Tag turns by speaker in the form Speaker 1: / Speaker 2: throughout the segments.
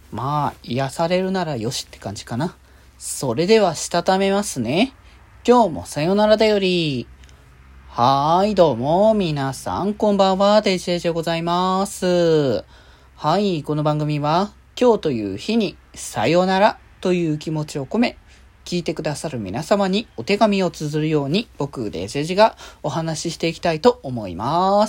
Speaker 1: まあ、癒されるならよしって感じかな。それでは、したためますね。今日もさよならだより。どうも、皆さん、こんばんは、デジェジでございます。この番組は、今日という日に、さよならという気持ちを込め、聞いてくださる皆様にお手紙を綴るように、僕、デジェジがお話ししていきたいと思います。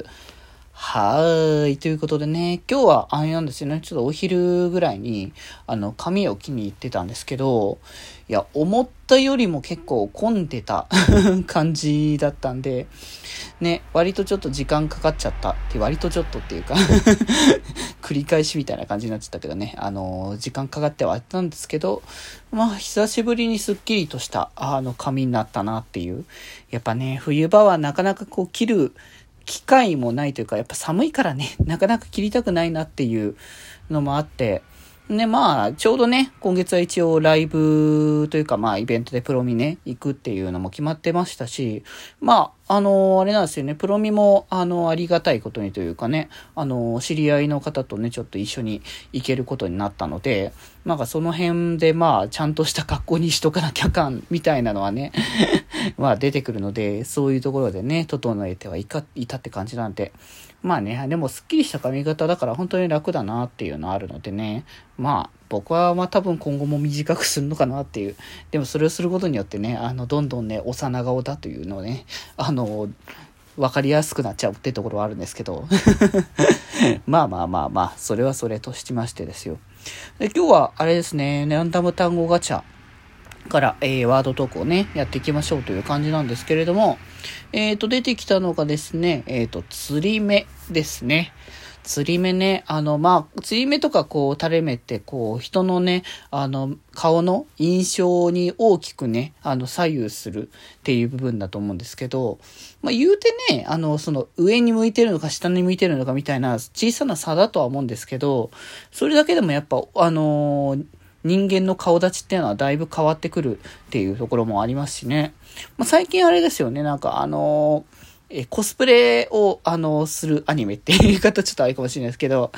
Speaker 1: ということでね、今日はあれなんですよね、ちょっとお昼ぐらいに、髪を切りに行ってたんですけど、いや、思ったよりも結構混んでた感じだったんで、ね、割とちょっと時間かかっちゃった割とちょっとっていうか繰り返しみたいな感じになっちゃったけどね、時間かかってはあったんですけど、まあ、久しぶりにすっきりとした、髪になったなっていう。やっぱね、冬場はなかなかこう切る、機会もないというか、やっぱ寒いからね、なかなか切りたくないなっていうのもあって、で、まあ、ちょうどね、今月は一応ライブというか、まあ、イベントでプロミね、行くっていうのも決まってましたし、まあ、あれなんですよね、プロミも、ありがたいことにというかね、知り合いの方とね、ちょっと一緒に行けることになったので、なんかその辺で、まあ、ちゃんとした格好にしとかなきゃかん、みたいなのはね、まあ、出てくるので、そういうところでね、整えてはいたって感じなんで、まあね、でもスッキリした髪型だから本当に楽だなっていうのあるのでね、まあ僕はまあ多分今後も短くするのかなっていう。でもそれをすることによってね、どんどんね、幼顔だというのをね、わかりやすくなっちゃうってところはあるんですけど。まあ、それはそれとしましてですよ。で、今日はあれですね、ランダム単語ガチャから、ワードトークをね、やっていきましょうという感じなんですけれども、出てきたのがですね、釣り目ですね。釣り目ね、まあ、釣り目とかこう垂れ目って、こう、人のね、顔の印象に大きくね、左右するっていう部分だと思うんですけど、まあ、言うてね、その上に向いてるのか下に向いてるのかみたいな小さな差だとは思うんですけど、それだけでもやっぱ、人間の顔立ちっていうのはだいぶ変わってくるっていうところもありますしね。まあ、最近あれですよね、なんかコスプレを、するアニメっていう言い方ちょっとあれかもしれないですけど、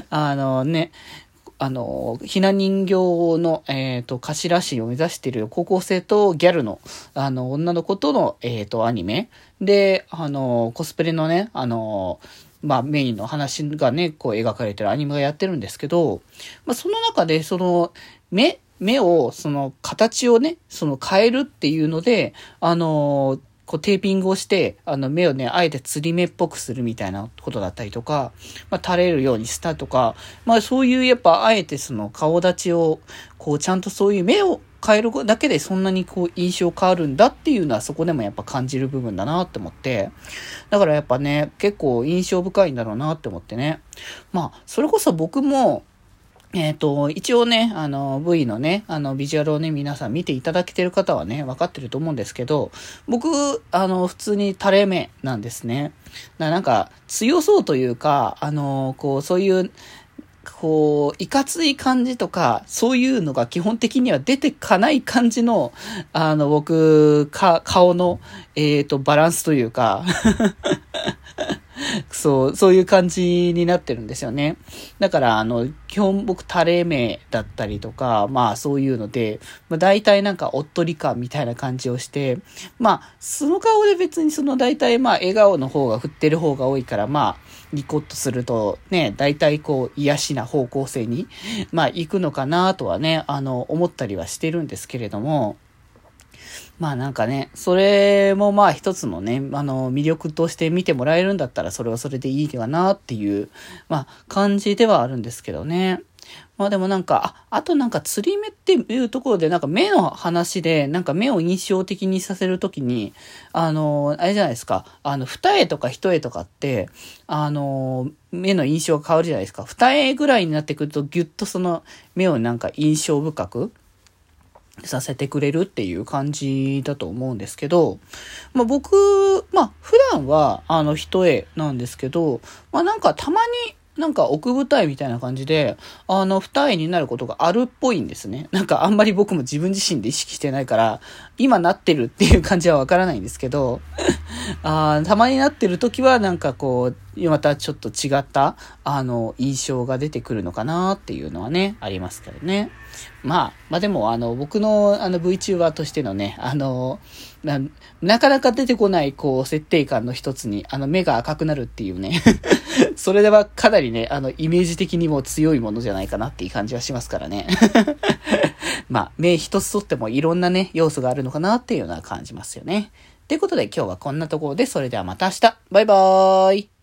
Speaker 1: ひな人形の、頭師を目指している高校生とギャルの、女の子との、アニメで、コスプレのね、まあメインの話がね、こう描かれてるアニメがやってるんですけど、まあその中でその目をその形をね、その変えるっていうので、こうテーピングをして、目をね、あえて釣り目っぽくするみたいなことだったりとか、まあ垂れるようにしたとか、まあそういうやっぱあえてその顔立ちを、こうちゃんとそういう目を変えるだけでそんなにこう印象変わるんだっていうのはそこでもやっぱ感じる部分だなって思って。だからやっぱね、結構印象深いんだろうなって思ってね。まあ、それこそ僕も、一応ね、V のね、ビジュアルをね、皆さん見ていただけてる方はね、分かってると思うんですけど、僕、普通に垂れ目なんですね。なんか、強そうというか、こう、そういう、こう、いかつい感じとか、そういうのが基本的には出てかない感じの、僕、顔の、バランスというか、そういう感じになってるんですよね。だから、基本僕、垂れ目だったりとか、まあそういうので、まあ大体なんかおっとり感みたいな感じをして、まあ、その顔で別にその大体まあ笑顔の方が振ってる方が多いから、まあ、ニコッとするとね、大体こう癒しな方向性に、まあ行くのかなとはね、思ったりはしてるんですけれども、まあなんかね、それもまあ一つのね、魅力として見てもらえるんだったらそれはそれでいいかなっていう、まあ感じではあるんですけどね。まあでもなんか、あとなんか釣り目っていうところでなんか目の話で、なんか目を印象的にさせるときに、あれじゃないですか、二重とか一重とかって、目の印象が変わるじゃないですか。二重ぐらいになってくるとギュッとその目をなんか印象深く、させてくれるっていう感じだと思うんですけど、まあ僕、まあ普段は一重なんですけど、まあなんかたまになんか奥舞台みたいな感じで、二重になることがあるっぽいんですね。なんかあんまり僕も自分自身で意識してないから、今なってるっていう感じはわからないんですけど、 たまになってる時はなんかこう、またちょっと違った、印象が出てくるのかなっていうのはね、ありますけどね。まあでも僕のVTuber としてのね、なかなか出てこないこう設定感の一つに、目が赤くなるっていうね。それではかなりね、イメージ的にも強いものじゃないかなっていう感じはしますからね。目一つとってもいろんなね、要素があるのかなっていうのは感じますよね。ということで今日はこんなところで、それではまた明日。バイバーイ。